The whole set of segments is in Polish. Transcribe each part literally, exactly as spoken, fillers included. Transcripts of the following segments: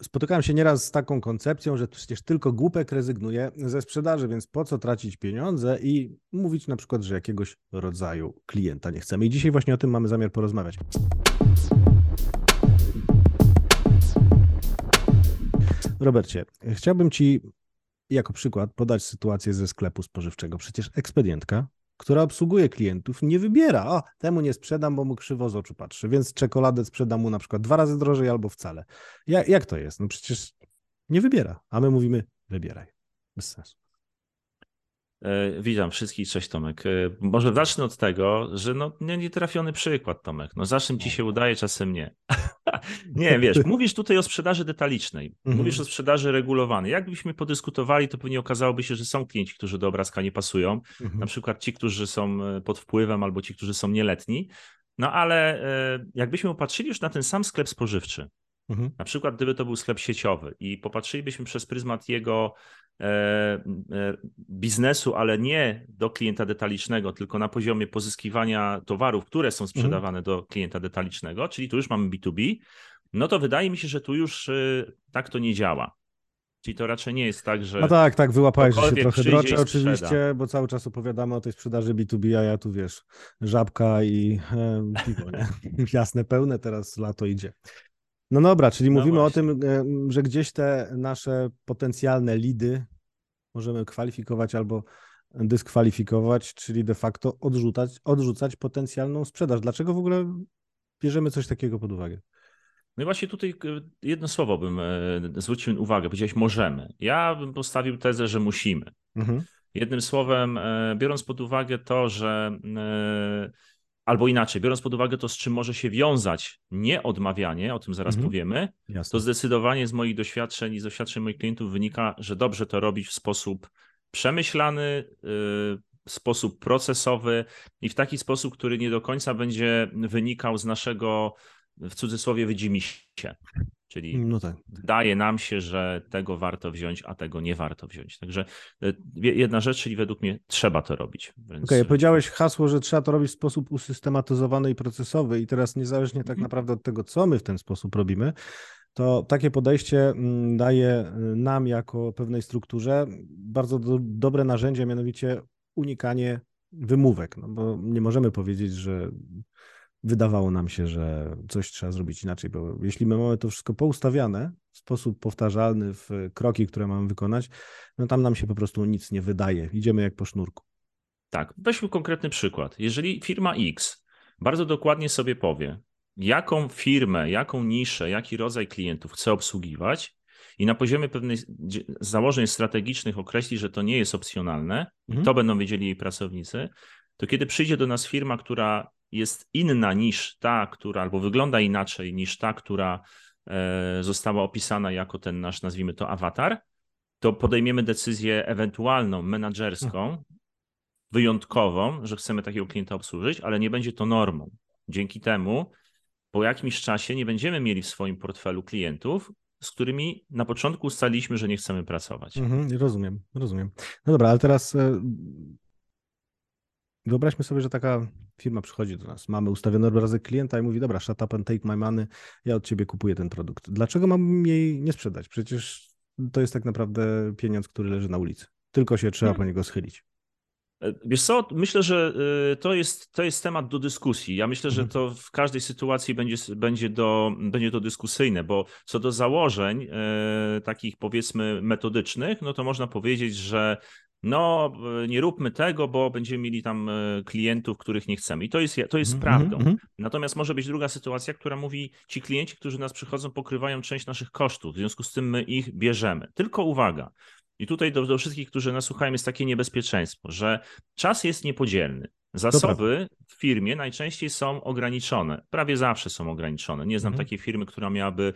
spotykałem się nieraz z taką koncepcją, że przecież tylko głupek rezygnuje ze sprzedaży, więc po co tracić pieniądze i mówić na przykład, że jakiegoś rodzaju klienta nie chcemy. I dzisiaj właśnie o tym mamy zamiar porozmawiać. Robercie, chciałbym Ci jako przykład podać sytuację ze sklepu spożywczego. Przecież ekspedientka, która obsługuje klientów, nie wybiera, o, temu nie sprzedam, bo mu krzywo z oczu patrzy, więc czekoladę sprzedam mu na przykład dwa razy drożej albo wcale. Jak, jak to jest? No przecież nie wybiera, a my mówimy wybieraj. Bez sensu. Witam wszystkich, cześć Tomek. Może zacznę od tego, że no nietrafiony przykład, Tomek. No czasem ci się udaje, czasem nie. Nie, wiesz, mówisz tutaj o sprzedaży detalicznej, mówisz o sprzedaży regulowanej. Jakbyśmy podyskutowali, to pewnie okazałoby się, że są klienci, którzy do obrazka nie pasują, na przykład ci, którzy są pod wpływem albo ci, którzy są nieletni. No ale jakbyśmy popatrzyli już na ten sam sklep spożywczy, Mhm. na przykład gdyby to był sklep sieciowy i popatrzylibyśmy przez pryzmat jego e, e, biznesu, ale nie do klienta detalicznego, tylko na poziomie pozyskiwania towarów, które są sprzedawane mhm. do klienta detalicznego, czyli tu już mamy B dwa B, no to wydaje mi się, że tu już e, tak to nie działa. Czyli to raczej nie jest tak, że... No tak, tak, wyłapałeś, że się trochę droczę oczywiście, sprzeda. bo cały czas opowiadamy o tej sprzedaży B dwa B, a ja tu wiesz, żabka i e, piwo, nie? Jasne, pełne, teraz lato idzie. No dobra, czyli no mówimy właśnie. o tym, że gdzieś te nasze potencjalne lidy możemy kwalifikować albo dyskwalifikować, czyli de facto odrzucać, odrzucać potencjalną sprzedaż. Dlaczego w ogóle bierzemy coś takiego pod uwagę? No i właśnie tutaj jedno słowo bym zwrócił uwagę, powiedziałeś możemy. Ja bym postawił tezę, że musimy. Mhm. Jednym słowem, biorąc pod uwagę to, że albo inaczej, biorąc pod uwagę to, z czym może się wiązać nieodmawianie, o tym zaraz mhm. powiemy, Jasne. to zdecydowanie z moich doświadczeń i z doświadczeń moich klientów wynika, że dobrze to robić w sposób przemyślany, w sposób procesowy i w taki sposób, który nie do końca będzie wynikał z naszego, w cudzysłowie, widzimisię. Czyli no tak. wydaje nam się, że tego warto wziąć, a tego nie warto wziąć. Także jedna rzecz, czyli według mnie trzeba to robić. Więc... Okej, okay, powiedziałeś hasło, że trzeba to robić w sposób usystematyzowany i procesowy i teraz niezależnie tak naprawdę od tego, co my w ten sposób robimy, to takie podejście daje nam jako pewnej strukturze bardzo do, dobre narzędzie, mianowicie unikanie wymówek, no bo nie możemy powiedzieć, że wydawało nam się, że coś trzeba zrobić inaczej, bo jeśli my mamy to wszystko poustawiane w sposób powtarzalny, w kroki, które mamy wykonać, no tam nam się po prostu nic nie wydaje. Idziemy jak po sznurku. Tak, weźmy konkretny przykład. Jeżeli firma X bardzo dokładnie sobie powie, jaką firmę, jaką niszę, jaki rodzaj klientów chce obsługiwać i na poziomie pewnych założeń strategicznych określi, że to nie jest opcjonalne mhm. i to będą wiedzieli jej pracownicy, to kiedy przyjdzie do nas firma, która jest inna niż ta, która, albo wygląda inaczej niż ta, która e, została opisana jako ten nasz, nazwijmy to, awatar, to podejmiemy decyzję ewentualną, menadżerską, wyjątkową, że chcemy takiego klienta obsłużyć, ale nie będzie to normą. Dzięki temu po jakimś czasie nie będziemy mieli w swoim portfelu klientów, z którymi na początku ustaliliśmy, że nie chcemy pracować. Mhm, rozumiem, rozumiem. No dobra, ale teraz e, wyobraźmy sobie, że taka firma przychodzi do nas, mamy ustawiony obrazek klienta i mówi, dobra, shut up and take my money, ja od ciebie kupuję ten produkt. Dlaczego mam jej nie sprzedać? Przecież to jest tak naprawdę pieniądz, który leży na ulicy. Tylko się trzeba hmm. po niego schylić. Wiesz co, myślę, że to jest, to jest temat do dyskusji. Ja myślę, że to w każdej sytuacji będzie, będzie, do, będzie to dyskusyjne, bo co do założeń e, takich powiedzmy metodycznych, no to można powiedzieć, że no nie róbmy tego, bo będziemy mieli tam klientów, których nie chcemy. I to jest, to jest mm-hmm, prawdą. Mm-hmm. Natomiast może być druga sytuacja, która mówi, ci klienci, którzy nas przychodzą, pokrywają część naszych kosztów, w związku z tym my ich bierzemy. Tylko uwaga. I tutaj do, do wszystkich, którzy nas słuchają, jest takie niebezpieczeństwo, że czas jest niepodzielny. Zasoby w firmie najczęściej są ograniczone. Prawie zawsze są ograniczone. Nie znam mhm. takiej firmy, która miałaby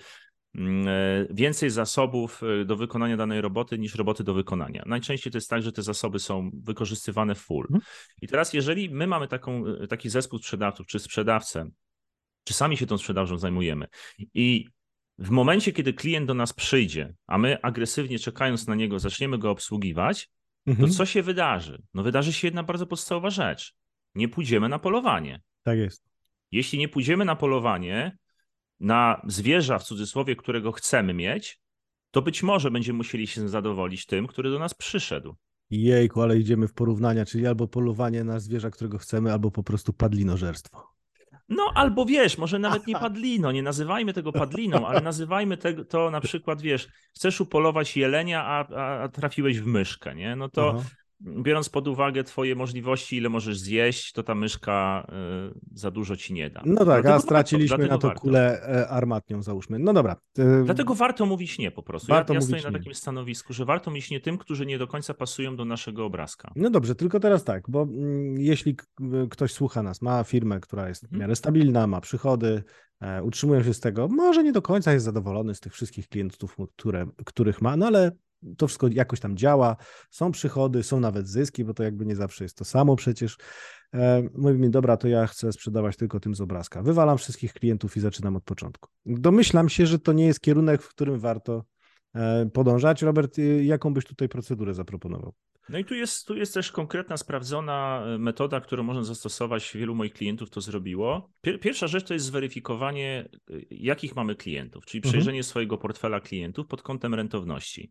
więcej zasobów do wykonania danej roboty niż roboty do wykonania. Najczęściej to jest tak, że te zasoby są wykorzystywane full. Mhm. I teraz jeżeli my mamy taką, taki zespół sprzedawców czy sprzedawcę, czy sami się tą sprzedażą zajmujemy i w momencie, kiedy klient do nas przyjdzie, a my agresywnie czekając na niego zaczniemy go obsługiwać, mhm. to co się wydarzy? No wydarzy się jedna bardzo podstawowa rzecz. Nie pójdziemy na polowanie. Tak jest. Jeśli nie pójdziemy na polowanie, na zwierza, w cudzysłowie, którego chcemy mieć, to być może będziemy musieli się zadowolić tym, który do nas przyszedł. Jejku, ale idziemy w porównania, czyli albo polowanie na zwierzę, którego chcemy, albo po prostu padlinożerstwo. No albo wiesz, może nawet nie padlino, nie nazywajmy tego padliną, ale nazywajmy tego, to na przykład, wiesz, chcesz upolować jelenia, a, a trafiłeś w myszkę, nie? No to Aha. biorąc pod uwagę twoje możliwości, ile możesz zjeść, to ta myszka y, za dużo ci nie da. No tak, Dlatego a warto, straciliśmy dlatego na to warto. kulę e, armatnią, załóżmy. No dobra. e, Dlatego warto mówić nie po prostu. Ja, Warto ja mówić stoję na nie. takim stanowisku, że warto mówić nie tym, którzy nie do końca pasują do naszego obrazka. No dobrze, tylko teraz tak, bo mm, jeśli k- ktoś słucha nas, ma firmę, która jest w Mhm. miarę stabilna, ma przychody, e, utrzymują się z tego, może nie do końca jest zadowolony z tych wszystkich klientów, które, których ma, no ale to wszystko jakoś tam działa, są przychody, są nawet zyski, bo to jakby nie zawsze jest to samo przecież. E, mówi mi, dobra, to ja chcę sprzedawać tylko tym z obrazka. Wywalam wszystkich klientów i zaczynam od początku. Domyślam się, że to nie jest kierunek, w którym warto e, podążać. Robert, y, jaką byś tutaj procedurę zaproponował? No i tu jest, tu jest też konkretna, sprawdzona metoda, którą można zastosować. Wielu moich klientów to zrobiło. Pier, pierwsza rzecz to jest zweryfikowanie, jakich mamy klientów, czyli Mhm. przejrzenie swojego portfela klientów pod kątem rentowności.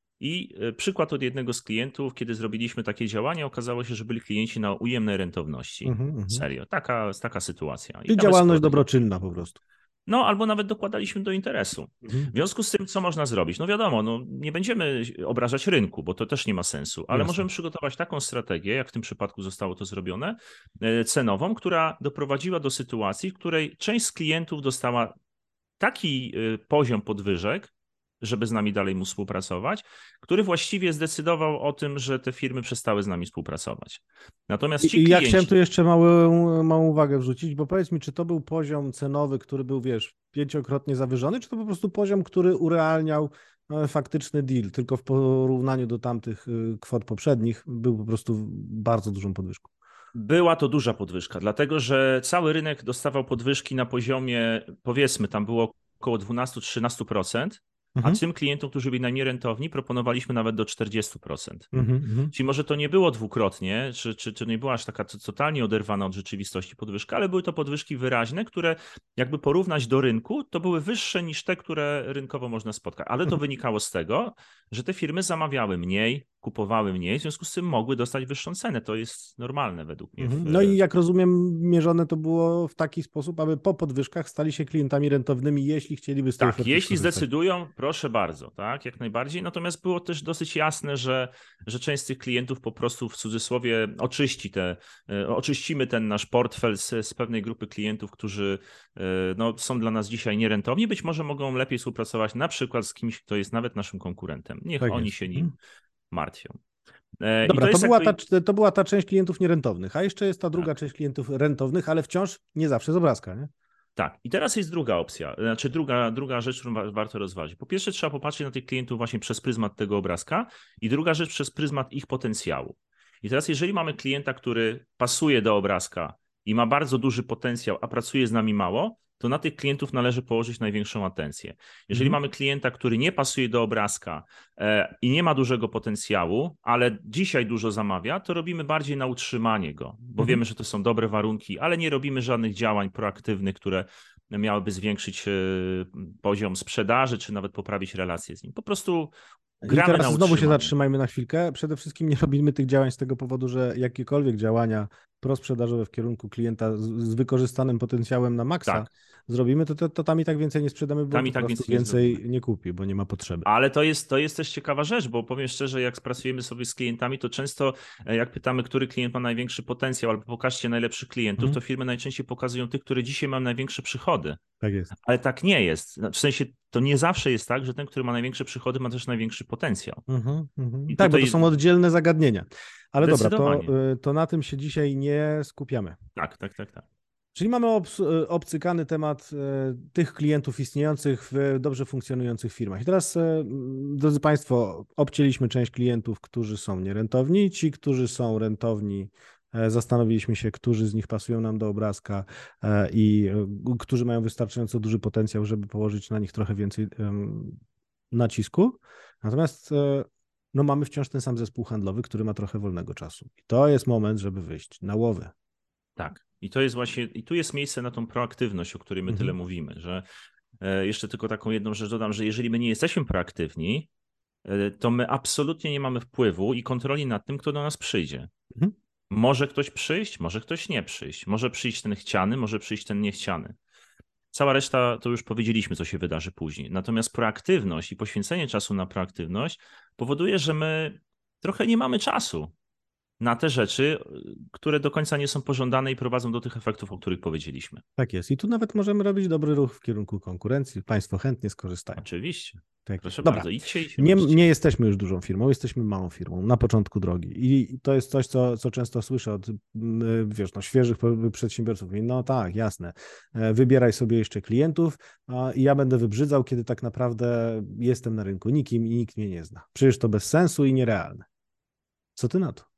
I przykład od jednego z klientów, kiedy zrobiliśmy takie działania, okazało się, że byli klienci na ujemnej rentowności. Mhm, mhm. Serio, taka, taka sytuacja. I Czyli nawet działalność sporo do- dobroczynna po prostu. No, albo nawet dokładaliśmy do interesu. Mhm. W związku z tym, co można zrobić? No wiadomo, no, nie będziemy obrażać rynku, bo to też nie ma sensu, ale Jasne. możemy przygotować taką strategię, jak w tym przypadku zostało to zrobione, e, cenową, która doprowadziła do sytuacji, w której część z klientów dostała taki e, poziom podwyżek, żeby z nami dalej móc współpracować, który właściwie zdecydował o tym, że te firmy przestały z nami współpracować. Natomiast ci I, i ja klienci... chciałem tu jeszcze małą, małą uwagę wrzucić, bo powiedz mi, czy to był poziom cenowy, który był, wiesz, pięciokrotnie zawyżony, czy to po prostu poziom, który urealniał e, faktyczny deal, tylko w porównaniu do tamtych y, kwot poprzednich był po prostu bardzo dużą podwyżką. Była to duża podwyżka, dlatego że cały rynek dostawał podwyżki na poziomie, powiedzmy, tam było około dwanaście do trzynastu procent, a Mhm. tym klientom, którzy byli najmniej rentowni, proponowaliśmy nawet do czterdziestu procent. Mhm, mhm. Czyli może to nie było dwukrotnie, czy, czy, czy nie była aż taka totalnie oderwana od rzeczywistości podwyżka, ale były to podwyżki wyraźne, które jakby porównać do rynku, to były wyższe niż te, które rynkowo można spotkać. Ale to Mhm. wynikało z tego, że te firmy zamawiały mniej, kupowały mniej, w związku z tym mogły dostać wyższą cenę. To jest normalne według mnie. Mhm. W... No i jak rozumiem, mierzone to było w taki sposób, aby po podwyżkach stali się klientami rentownymi, jeśli chcieliby z tej Tak, oferty jeśli skorzystać. zdecydują, proszę bardzo, tak, jak najbardziej. Natomiast było też dosyć jasne, że, że część z tych klientów po prostu w cudzysłowie oczyści te, e, oczyścimy ten nasz portfel z, z pewnej grupy klientów, którzy e, no, są dla nas dzisiaj nierentowni. Być może mogą lepiej współpracować na przykład z kimś, kto jest nawet naszym konkurentem. Niech Tak oni jest. się nim Mhm. martwią. E, I Dobra, to to jest była, jakby... ta, to była ta część klientów nierentownych, a jeszcze jest ta druga Tak. część klientów rentownych, ale wciąż nie zawsze z obrazka, nie? Tak, i teraz jest druga opcja, znaczy druga, druga rzecz, którą wa- warto rozważyć. Po pierwsze, trzeba popatrzeć na tych klientów właśnie przez pryzmat tego obrazka, i druga rzecz przez pryzmat ich potencjału. I teraz, jeżeli mamy klienta, który pasuje do obrazka i ma bardzo duży potencjał, a pracuje z nami mało, to na tych klientów należy położyć największą atencję. Jeżeli Mhm. mamy klienta, który nie pasuje do obrazka e, i nie ma dużego potencjału, ale dzisiaj dużo zamawia, to robimy bardziej na utrzymanie go, bo Mhm. wiemy, że to są dobre warunki, ale nie robimy żadnych działań proaktywnych, które miałyby zwiększyć e, poziom sprzedaży, czy nawet poprawić relacje z nim. Po prostu I gramy na teraz znowu się utrzymanie. zatrzymajmy na chwilkę. Przede wszystkim nie robimy tych działań z tego powodu, że jakiekolwiek działania prosprzedażowe w kierunku klienta z, z wykorzystanym potencjałem na maksa Tak, zrobimy, to, to, to tam i tak więcej nie sprzedamy, bo tam i po tak prostu więcej nie więcej zrobimy. nie kupi, bo nie ma potrzeby. Ale to jest, to jest też ciekawa rzecz, bo powiem szczerze, jak pracujemy sobie z klientami, to często e, jak pytamy, który klient ma największy potencjał, albo pokażcie najlepszych klientów, Mhm. to firmy najczęściej pokazują tych, które dzisiaj mają największe przychody. Tak jest. Ale tak nie jest. W sensie to nie zawsze jest tak, że ten, który ma największe przychody, ma też największy potencjał. Mhm, mhm. I Tak, bo tutaj to są oddzielne zagadnienia. Ale dobra, to, zdecydowanie. y, to na tym się dzisiaj nie skupiamy. Tak, tak, tak, tak. Czyli mamy obs- obcykany temat e, tych klientów istniejących w dobrze funkcjonujących firmach. I teraz, e, drodzy Państwo, obcięliśmy część klientów, którzy są nierentowni. Ci, którzy są rentowni, e, zastanowiliśmy się, którzy z nich pasują nam do obrazka e, i e, którzy mają wystarczająco duży potencjał, żeby położyć na nich trochę więcej em, nacisku. Natomiast e, no, mamy wciąż ten sam zespół handlowy, który ma trochę wolnego czasu. I to jest moment, żeby wyjść na łowy. Tak. I to jest właśnie, i tu jest miejsce na tą proaktywność, o której my Mhm. tyle mówimy, że e, jeszcze tylko taką jedną rzecz dodam, że jeżeli my nie jesteśmy proaktywni, e, to my absolutnie nie mamy wpływu i kontroli nad tym, kto do nas przyjdzie. Mhm. Może ktoś przyjść, może ktoś nie przyjść. Może przyjść ten chciany, może przyjść ten niechciany. Cała reszta to już powiedzieliśmy, co się wydarzy później. Natomiast proaktywność i poświęcenie czasu na proaktywność powoduje, że my trochę nie mamy czasu na te rzeczy, które do końca nie są pożądane i prowadzą do tych efektów, o których powiedzieliśmy. Tak jest. I tu nawet możemy robić dobry ruch w kierunku konkurencji. Państwo chętnie skorzystają. Oczywiście. Tak. Proszę Dobra. bardzo, idźcie i się Nie, bawcie. nie jesteśmy już dużą firmą, jesteśmy małą firmą na początku drogi. I to jest coś, co, co często słyszę od mm, wiesz, no, świeżych przedsiębiorców. Mówi, no tak, jasne, e, wybieraj sobie jeszcze klientów a, i ja będę wybrzydzał, kiedy tak naprawdę jestem na rynku nikim i nikt mnie nie zna. Przecież to bez sensu i nierealne. Co ty na to?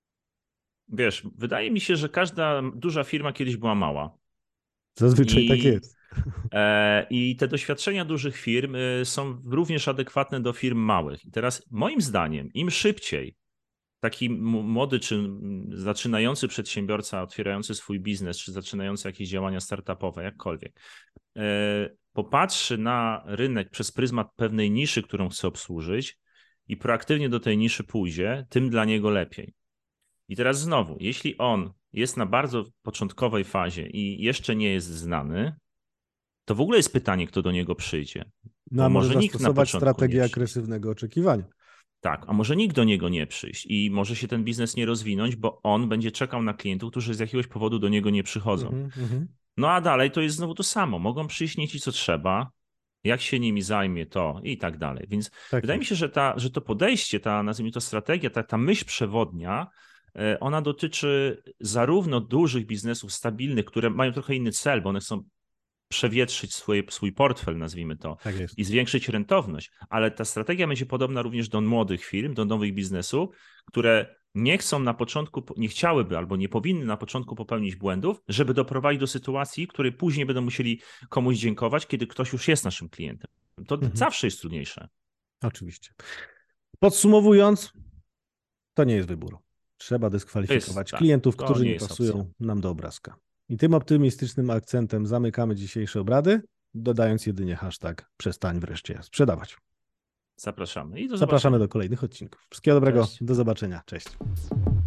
Wiesz, wydaje mi się, że każda duża firma kiedyś była mała. Zazwyczaj tak I, jest. e, I te doświadczenia dużych firm e, są również adekwatne do firm małych. I teraz moim zdaniem, im szybciej taki m- młody czy m, zaczynający przedsiębiorca, otwierający swój biznes, czy zaczynający jakieś działania startupowe, jakkolwiek, e, popatrzy na rynek przez pryzmat pewnej niszy, którą chce obsłużyć i proaktywnie do tej niszy pójdzie, tym dla niego lepiej. I teraz znowu, jeśli on jest na bardzo początkowej fazie i jeszcze nie jest znany, to w ogóle jest pytanie, kto do niego przyjdzie. No Bo a może może nikt na zastosować początku nie strategię przyjdzie. agresywnego oczekiwania. Tak, a może nikt do niego nie przyjść i może się ten biznes nie rozwinąć, bo on będzie czekał na klientów, którzy z jakiegoś powodu do niego nie przychodzą. Mhm, mhm. No a dalej to jest znowu to samo. Mogą przyjść nie ci, co trzeba, jak się nimi zajmie to i tak dalej. Więc Tak wydaje mi jest. się, że, ta, że to podejście, ta nazwijmy to strategia, ta, ta myśl przewodnia, e, ona dotyczy zarówno dużych biznesów stabilnych, które mają trochę inny cel, bo one chcą przewietrzyć swój, swój portfel, nazwijmy to, Tak jest. i zwiększyć rentowność, ale ta strategia będzie podobna również do młodych firm, do nowych biznesów, które nie chcą na początku, nie chciałyby albo nie powinny na początku popełnić błędów, żeby doprowadzić do sytuacji, w której później będą musieli komuś dziękować, kiedy ktoś już jest naszym klientem. To Mhm. zawsze jest trudniejsze. Oczywiście. Podsumowując, to nie jest wybór. Trzeba To dyskwalifikować jest, tak, klientów, to którzy nie nie jest pasują opcja. nam do obrazka. I tym optymistycznym akcentem zamykamy dzisiejsze obrady, dodając jedynie hashtag przestań wreszcie sprzedawać. Zapraszamy i do Zapraszamy zobaczenia. do kolejnych odcinków. Wszystkiego dobrego, Cześć. do zobaczenia, cześć.